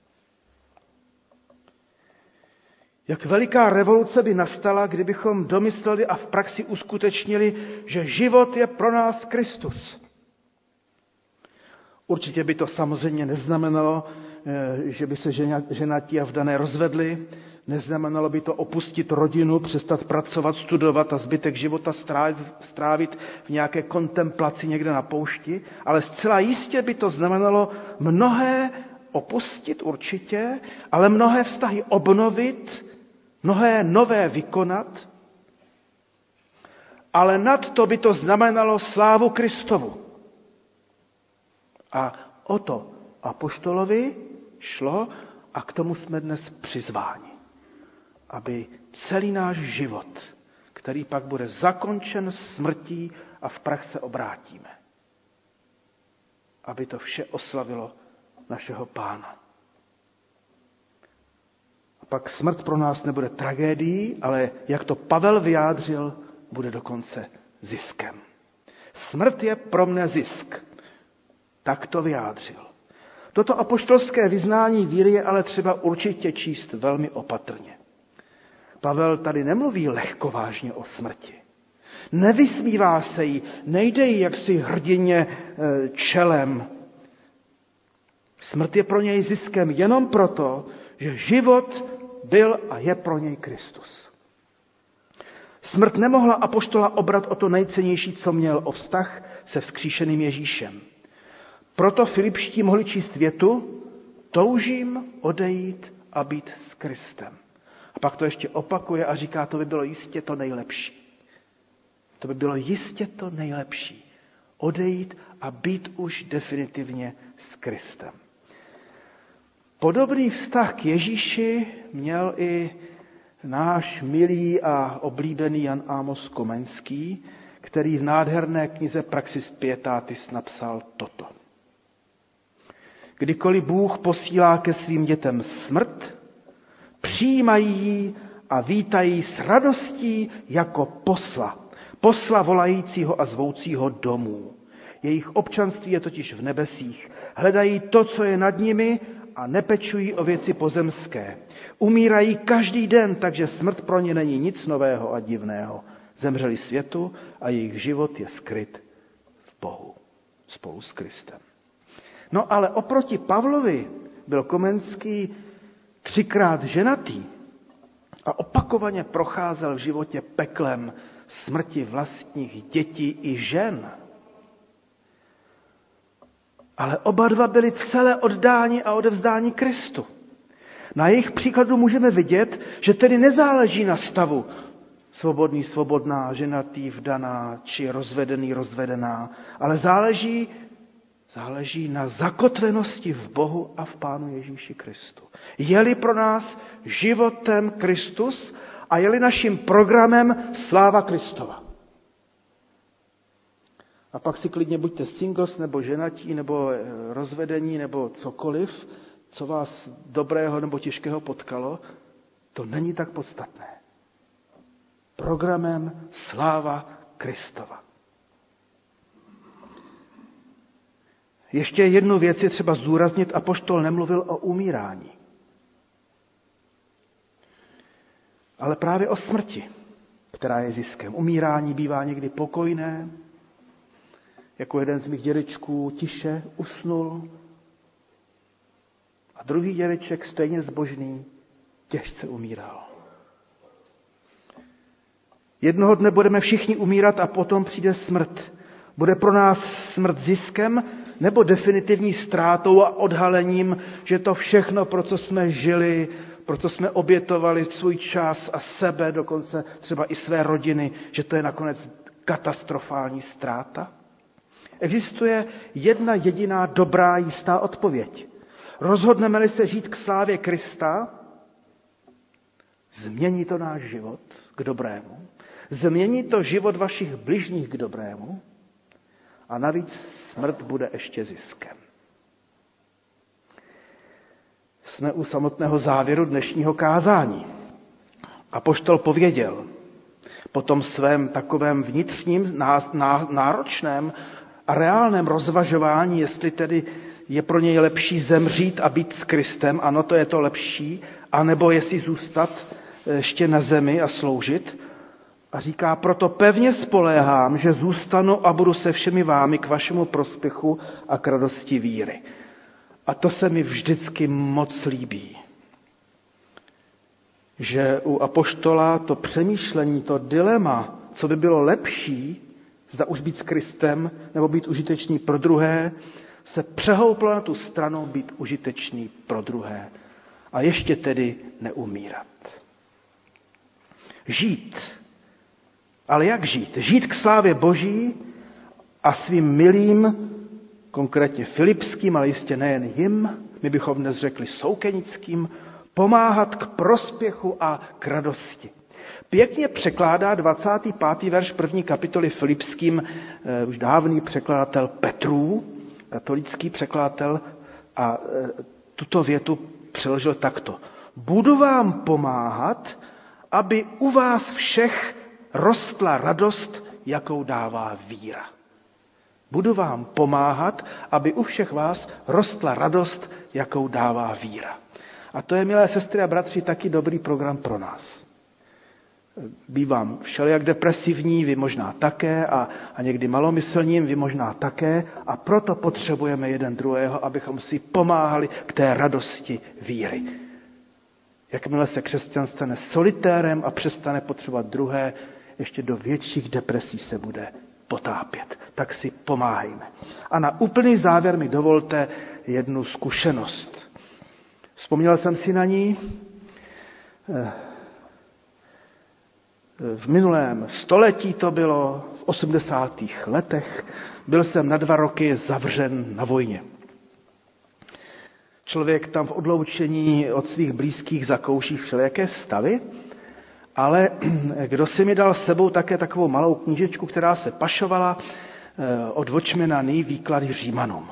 Jak veliká revoluce by nastala, kdybychom domysleli a v praxi uskutečnili, že život je pro nás Kristus. Určitě by to samozřejmě neznamenalo, že by se ženatí a vdané rozvedli. Neznamenalo by to opustit rodinu, přestat pracovat, studovat a zbytek života strávit v nějaké kontemplaci někde na poušti. Ale zcela jistě by to znamenalo mnohé opustit určitě, ale mnohé vztahy obnovit, mnohé nové vykonat. Ale nad to by to znamenalo slávu Kristovu. A o to apoštolovi šlo a k tomu jsme dnes přizváni. Aby celý náš život, který pak bude zakončen smrtí a v prach se obrátíme, aby to vše oslavilo našeho Pána. A pak smrt pro nás nebude tragédií, ale jak to Pavel vyjádřil, bude dokonce ziskem. Smrt je pro mne zisk. Tak to vyjádřil. Toto apoštolské vyznání víry je ale třeba určitě číst velmi opatrně. Pavel tady nemluví lehkovážně o smrti. Nevysmívá se jí, nejde jí jaksi hrdině čelem. Smrt je pro něj ziskem jenom proto, že život byl a je pro něj Kristus. Smrt nemohla apoštola obrat o to nejcennější, co měl, o vztah se vzkříšeným Ježíšem. Proto Filipští mohli číst větu, toužím odejít a být s Kristem. A pak to ještě opakuje a říká, to by bylo jistě to nejlepší. To by bylo jistě to nejlepší. Odejít a být už definitivně s Kristem. Podobný vztah k Ježíši měl i náš milý a oblíbený Jan Amos Komenský, který v nádherné knize Praxis Pietatis napsal toto. Kdykoliv Bůh posílá ke svým dětem smrt, přijímají ji a vítají s radostí jako posla. Posla volajícího a zvoucího domů. Jejich občanství je totiž v nebesích. Hledají to, co je nad nimi a nepečují o věci pozemské. Umírají každý den, takže smrt pro ně není nic nového a divného. Zemřeli světu a jejich život je skryt v Bohu spolu s Kristem. No ale oproti Pavlovi byl Komenský třikrát ženatý a opakovaně procházel v životě peklem smrti vlastních dětí i žen. Ale oba dva byli celé oddáni a odevzdáni Kristu. Na jejich příkladu můžeme vidět, že tedy nezáleží na stavu svobodný, svobodná, ženatý, vdaná či rozvedený, rozvedená, ale záleží, záleží na zakotvenosti v Bohu a v Pánu Ježíši Kristu. Je-li pro nás životem Kristus a je-li naším programem sláva Kristova. A pak si klidně buďte singles, nebo ženatí, nebo rozvedení, nebo cokoliv, co vás dobrého nebo těžkého potkalo, to není tak podstatné. Programem sláva Kristova. Ještě jednu věc je třeba zdůraznit, apoštol nemluvil o umírání. Ale právě o smrti, která je ziskem. Umírání bývá někdy pokojné, jako jeden z mých dědečků tiše usnul a druhý dědeček, stejně zbožný, těžce umíral. Jednoho dne budeme všichni umírat a potom přijde smrt. Bude pro nás smrt ziskem nebo definitivní ztrátou a odhalením, že to všechno, pro co jsme žili, pro co jsme obětovali svůj čas a sebe, dokonce třeba i své rodiny, že to je nakonec katastrofální ztráta? Existuje jedna jediná dobrá jistá odpověď. Rozhodneme-li se žít k slávě Krista, změní to náš život k dobrému, změní to život vašich bližních k dobrému a navíc smrt bude ještě ziskem. Jsme u samotného závěru dnešního kázání. Apoštol pověděl po tom svém takovém vnitřním, náročném a reálném rozvažování, jestli tedy je pro něj lepší zemřít a být s Kristem, ano, to je to lepší, anebo jestli zůstat ještě na zemi a sloužit. A říká, proto pevně spoléhám, že zůstanu a budu se všemi vámi k vašemu prospěchu a k radosti víry. A to se mi vždycky moc líbí. Že u apoštola to přemýšlení, to dilema, co by bylo lepší, zda už být s Kristem nebo být užitečný pro druhé, se přehouplo na tu stranu být užitečný pro druhé. A ještě tedy neumírat. Žít. Ale jak žít? Žít k slávě Boží a svým milým, konkrétně filipským, ale jistě nejen jim, my bychom dnes řekli soukenickým, pomáhat k prospěchu a k radosti. Pěkně překládá dvacátý pátý verš první kapitoly Filipským eh, už dávný překladatel Petrů, katolický překladatel, a eh, tuto větu přeložil takto. Budu vám pomáhat, aby u vás všech rostla radost, jakou dává víra. Budu vám pomáhat, aby u všech vás rostla radost, jakou dává víra. A to je, milé sestry a bratři, taky dobrý program pro nás. Bývám všelijak depresivní, vy možná také, a, a někdy malomyslním, vy možná také, a proto potřebujeme jeden druhého, abychom si pomáhali k té radosti víry. Jakmile se křesťan stane solitérem a přestane potřebovat druhé, ještě do větších depresí se bude potápět. Tak si pomáhejme. A na úplný závěr mi dovolte jednu zkušenost. Vzpomněl jsem si na ní. V minulém století to bylo, v osmdesátých letech, byl jsem na dva roky zavřen na vojně. Člověk tam v odloučení od svých blízkých zakouší všelijaké stavy ale kdo si mi dal s sebou také takovou malou knížečku, která se pašovala od Watchmana výklady Římanům.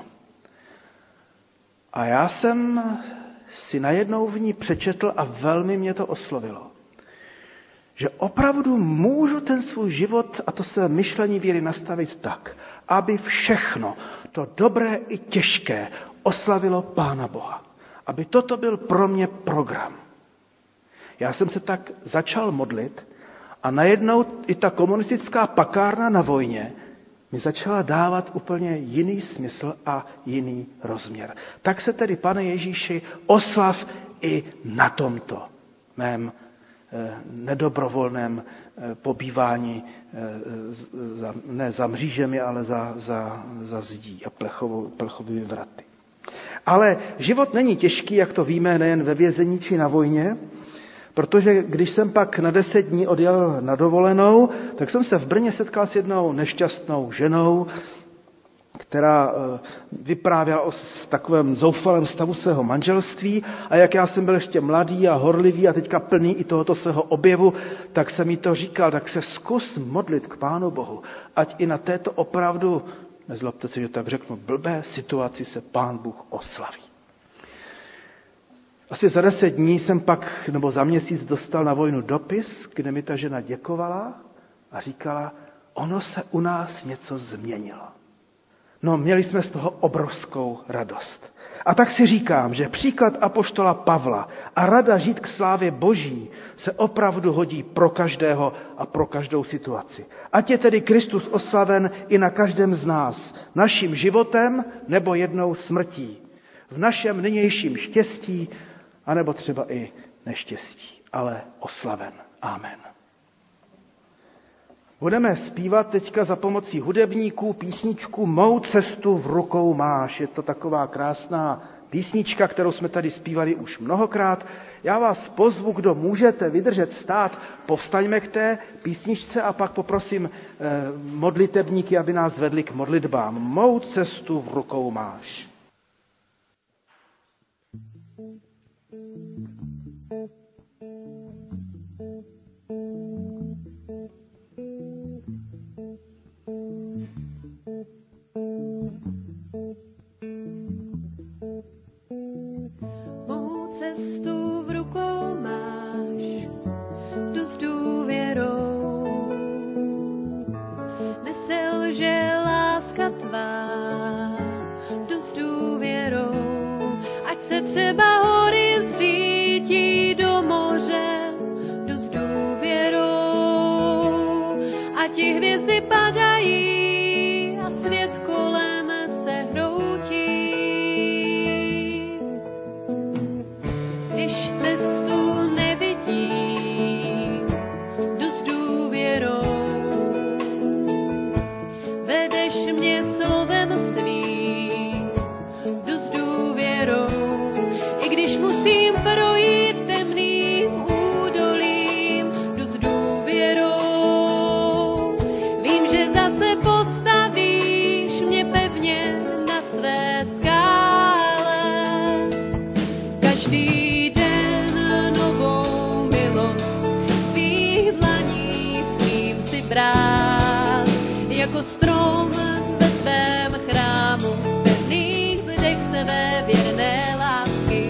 A já jsem si najednou v ní přečetl a velmi mě to oslovilo. Že opravdu můžu ten svůj život a to své myšlení víry nastavit tak, aby všechno, to dobré i těžké, oslavilo Pána Boha. Aby toto byl pro mě program. Já jsem se tak začal modlit a najednou i ta komunistická pakárna na vojně mi začala dávat úplně jiný smysl a jiný rozměr. Tak se tedy, Pane Ježíši, oslav i na tomto mém eh, nedobrovolném eh, pobývání eh, za, ne za mřížemi, ale za, za, za zdí a plechovou, plechovými vraty. Ale život není těžký, jak to víme, nejen ve vězení či na vojně, protože když jsem pak na deset dní odjel na dovolenou, tak jsem se v Brně setkal s jednou nešťastnou ženou, která vyprávěla o takovém zoufalém stavu svého manželství a jak já jsem byl ještě mladý a horlivý a teďka plný i tohoto svého objevu, tak jsem jí to říkal, tak se zkus modlit k Pánu Bohu, ať i na této opravdu, nezlobte se, že tak řeknu, blbé situaci se Pán Bůh oslaví. Asi za deset dní jsem pak, nebo za měsíc dostal na vojnu dopis, kde mi ta žena děkovala a říkala, ono se u nás něco změnilo. No, měli jsme z toho obrovskou radost. A tak si říkám, že příklad apoštola Pavla a rada žít k slávě Boží se opravdu hodí pro každého a pro každou situaci. Ať je tedy Kristus oslaven i na každém z nás, naším životem nebo jednou smrtí, v našem nynějším štěstí, anebo třeba i neštěstí, ale oslaven. Amen. Budeme zpívat teďka za pomocí hudebníků písničku Mou cestu v rukou máš. Je to taková krásná písnička, kterou jsme tady zpívali už mnohokrát. Já vás pozvu, kdo můžete vydržet stát, povstaňme k té písničce a pak poprosím eh, modlitebníky, aby nás vedli k modlitbám. Mou cestu v rukou máš. Třeba hory zřítí do moře, jdu s důvěrou, a ti hvězdy padají a svět kolem se hroutí. Když cestu nevidím, jdu s důvěrou, vedeš mě slovem svým, jdu s důvěrou. Když musím projít temným údolím, jdu s důvěrou. Vím, že zase postavíš mě pevně na své skále. Každý den novou milost tvých dlaní smím si brát. Jako strom ve svém chrámu, pevných zdech své věrné lásky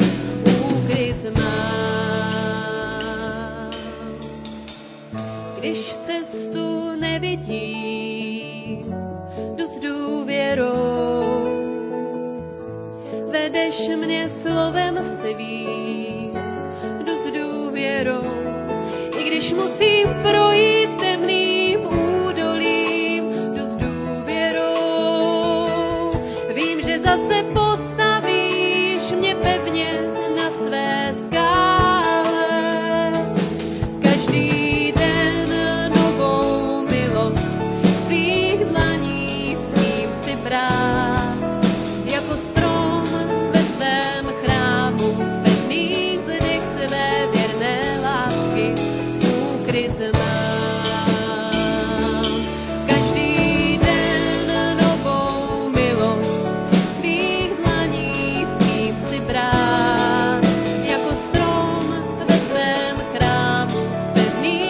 mám. Když cestu nevidím, jdu s důvěrou, vedeš mě slovem svým, jdu s důvěrou. I když musím projít temným údolím, jdu s důvěrou. Vím, že zase postavíš mě pevně na své skále. Každý den novou milost tvých dlaní smím si brát. Jako strom ve svém chrámu, pevných zdech své věrné lásky úkryt mám. Každý den novou milost tvých dlaní smím si brát. Jako strom ve svém chrámu, pevných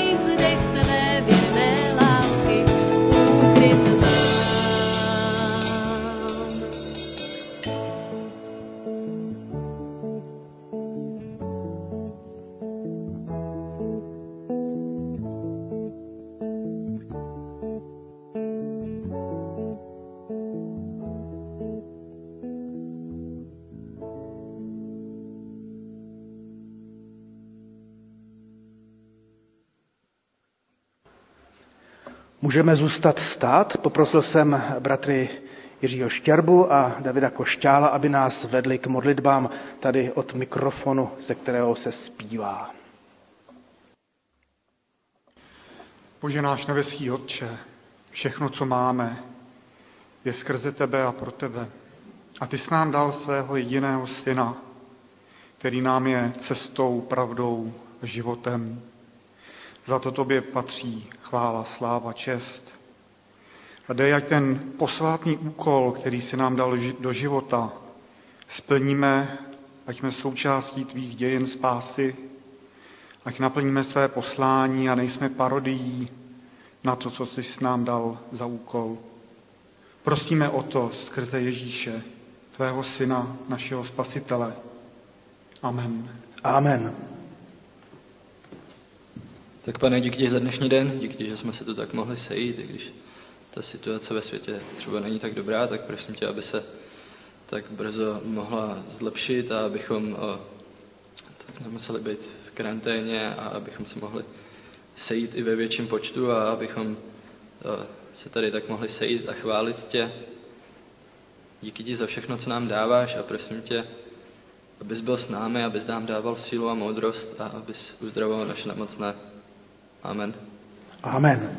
Můžeme zůstat stát. Poprosil jsem bratry Jiřího Štěrbu a Davida Košťála, aby nás vedli k modlitbám tady od mikrofonu, ze kterého se zpívá. Bože náš nebeský Otče, všechno, co máme, je skrze tebe a pro tebe. A ty jsi nám dal svého jediného syna, který nám je cestou, pravdou, životem. Za to tobě patří chvála, sláva, čest. A dej, ať ten posvátný úkol, který si nám dal do života, splníme, ať jsme součástí tvých dějin spásy, ať naplníme své poslání a nejsme parodií na to, co jsi nám dal za úkol. Prosíme o to skrze Ježíše, tvého syna, našeho spasitele. Amen. Amen. Tak Pane, díky ti za dnešní den, díky ti, že jsme se tu tak mohli sejít, i když ta situace ve světě třeba není tak dobrá, tak prosím tě, aby se tak brzo mohla zlepšit a abychom o, tak nemuseli být v karanténě a abychom se mohli sejít i ve větším počtu a abychom o, se tady tak mohli sejít a chválit tě. Díky ti za všechno, co nám dáváš a prosím tě, abys byl s námi, abys nám dával sílu a moudrost a abys uzdravoval naše nemocné. Amen. Amen.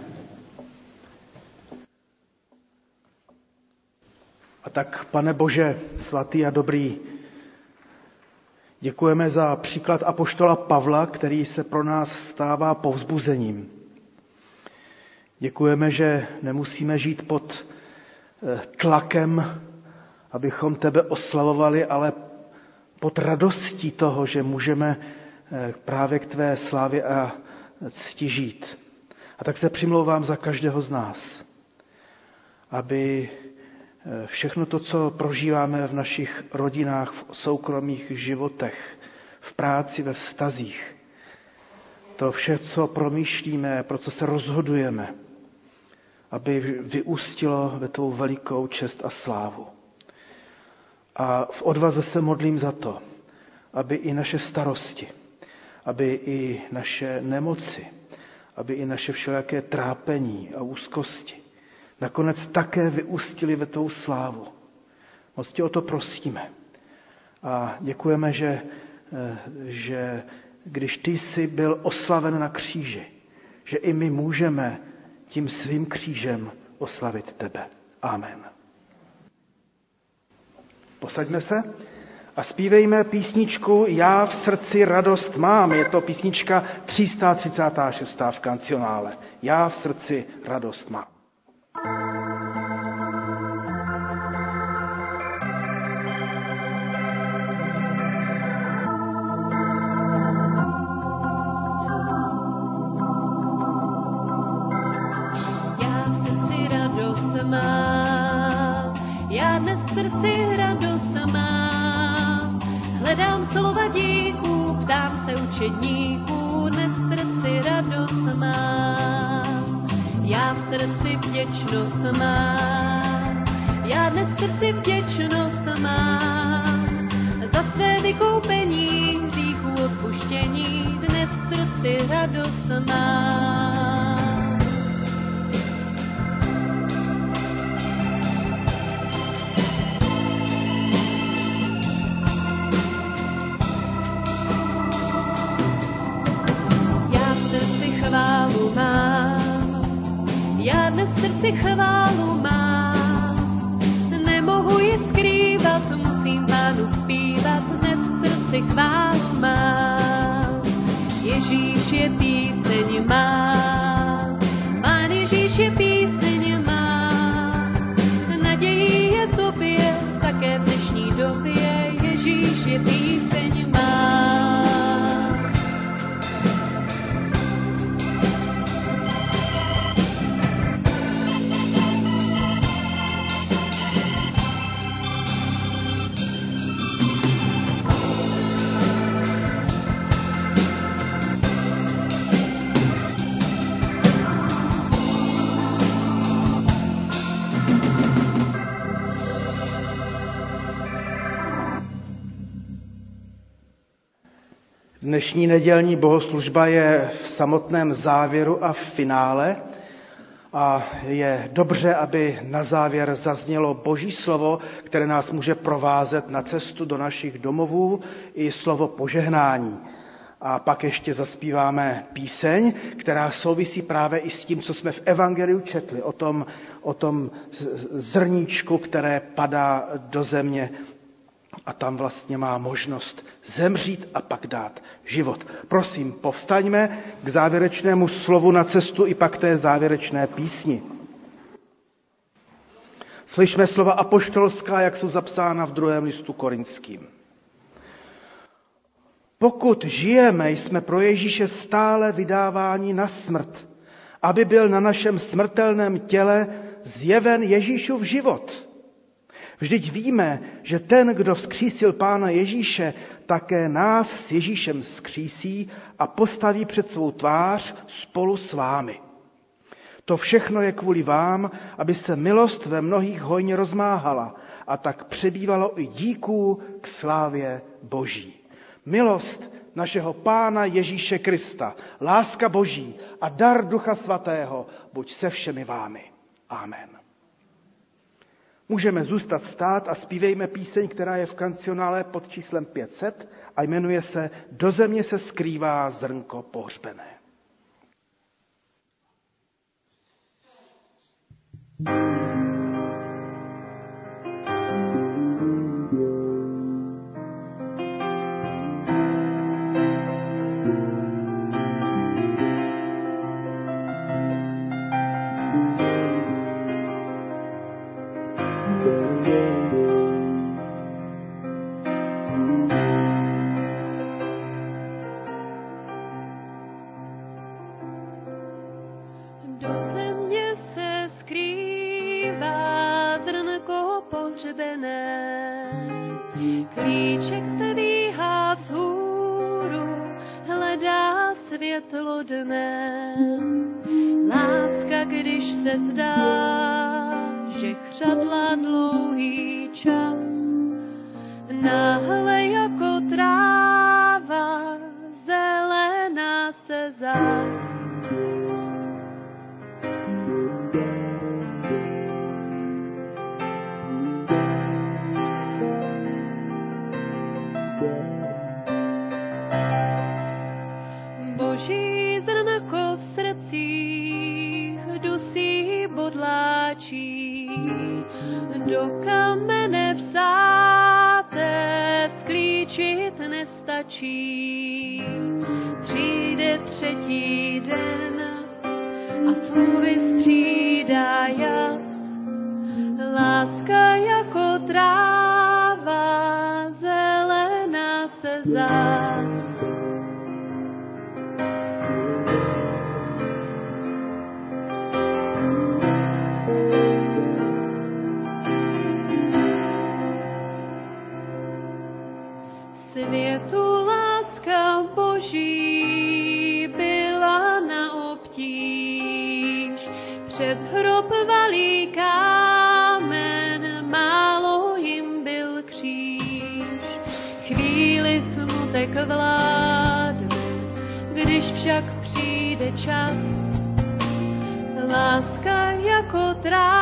A tak, Pane Bože, svatý a dobrý, děkujeme za příklad apoštola Pavla, který se pro nás stává povzbuzením. Děkujeme, že nemusíme žít pod tlakem, abychom tebe oslavovali, ale pod radostí toho, že můžeme právě k tvé slávě a cti žít. A tak se přimlouvám za každého z nás, aby všechno to, co prožíváme v našich rodinách, v soukromých životech, v práci, ve vztazích, to vše, co promýšlíme, pro co se rozhodujeme, aby vyústilo ve tvou velikou čest a slávu. A v odvaze se modlím za to, aby i naše starosti, aby i naše nemoci, aby i naše všelijaké trápení a úzkosti nakonec také vyústili ve tvou slávu. Moc tě o to prosíme. A děkujeme, že, že když ty jsi byl oslaven na kříži, že i my můžeme tím svým křížem oslavit tebe. Amen. Posaďme se a zpívejme písničku Já v srdci radost mám. Je to písnička tři sta třicátá šestá v kancionále. Já v srdci radost mám. Já dnes v srdci radost mám, hledám slova díků, ptám se učedníků, dnes v srdci radost mám. Já v srdci vděčnost mám, já dnes v srdci vděčnost mám, za své vykoupení, hříchů odpuštění, dnes v srdci radost mám. Chválu mám, já dnes v srdci chválu mám, nemohu ji skrývat, musím Pánu zpívat, dnes v srdci chválu mám. Ježíš je píseň má, Pán Ježíš je píseň má, nadějí je tobě, také v dnešní době, Ježíš je píseň má. Dnešní nedělní bohoslužba je v samotném závěru a v finále A je dobře, aby na závěr zaznělo Boží slovo, které nás může provázet na cestu do našich domovů, i slovo požehnání. A pak ještě zaspíváme píseň, která souvisí právě i s tím, co jsme v evangeliu četli, o tom, o tom zrníčku, které padá do země a tam vlastně má možnost zemřít a pak dát život. Prosím, povstaňme k závěrečnému slovu na cestu i pak té závěrečné písni. Slyšme slova apoštolská, jak jsou zapsána v druhém listu Korinským. Pokud žijeme, jsme pro Ježíše stále vydáváni na smrt, aby byl na našem smrtelném těle zjeven Ježíšův život. Vždyť víme, že ten, kdo vzkřísil Pána Ježíše, také nás s Ježíšem vzkřísí a postaví před svou tvář spolu s vámi. To všechno je kvůli vám, aby se milost ve mnohých hojně rozmáhala a tak přebývalo i díků k slávě Boží. Milost našeho Pána Ježíše Krista, láska Boží a dar Ducha Svatého buď se všemi vámi. Amen. Můžeme zůstat stát a zpívejme píseň, která je v kancionále pod číslem pět set a jmenuje se Do země se skrývá zrnko pohřbené. Klíček se víhá vzhůru, hledá světlo dne. Láska, když se zdá, že chřadla dlouhý čas, náhle jako tráva zelená se zas. Boží zrnko v srdcích dusí bodláčí, do kamene vsáté vzklíčit nestačí. Přijde třetí den a tmu vystřídá jas, láska jako tráva zelená se zás. Světu láska Boží byla na obtíž, před hrob valý kámen, málo jim byl kříž. Chvíli smutek vládne, když však přijde čas, láska jako tráva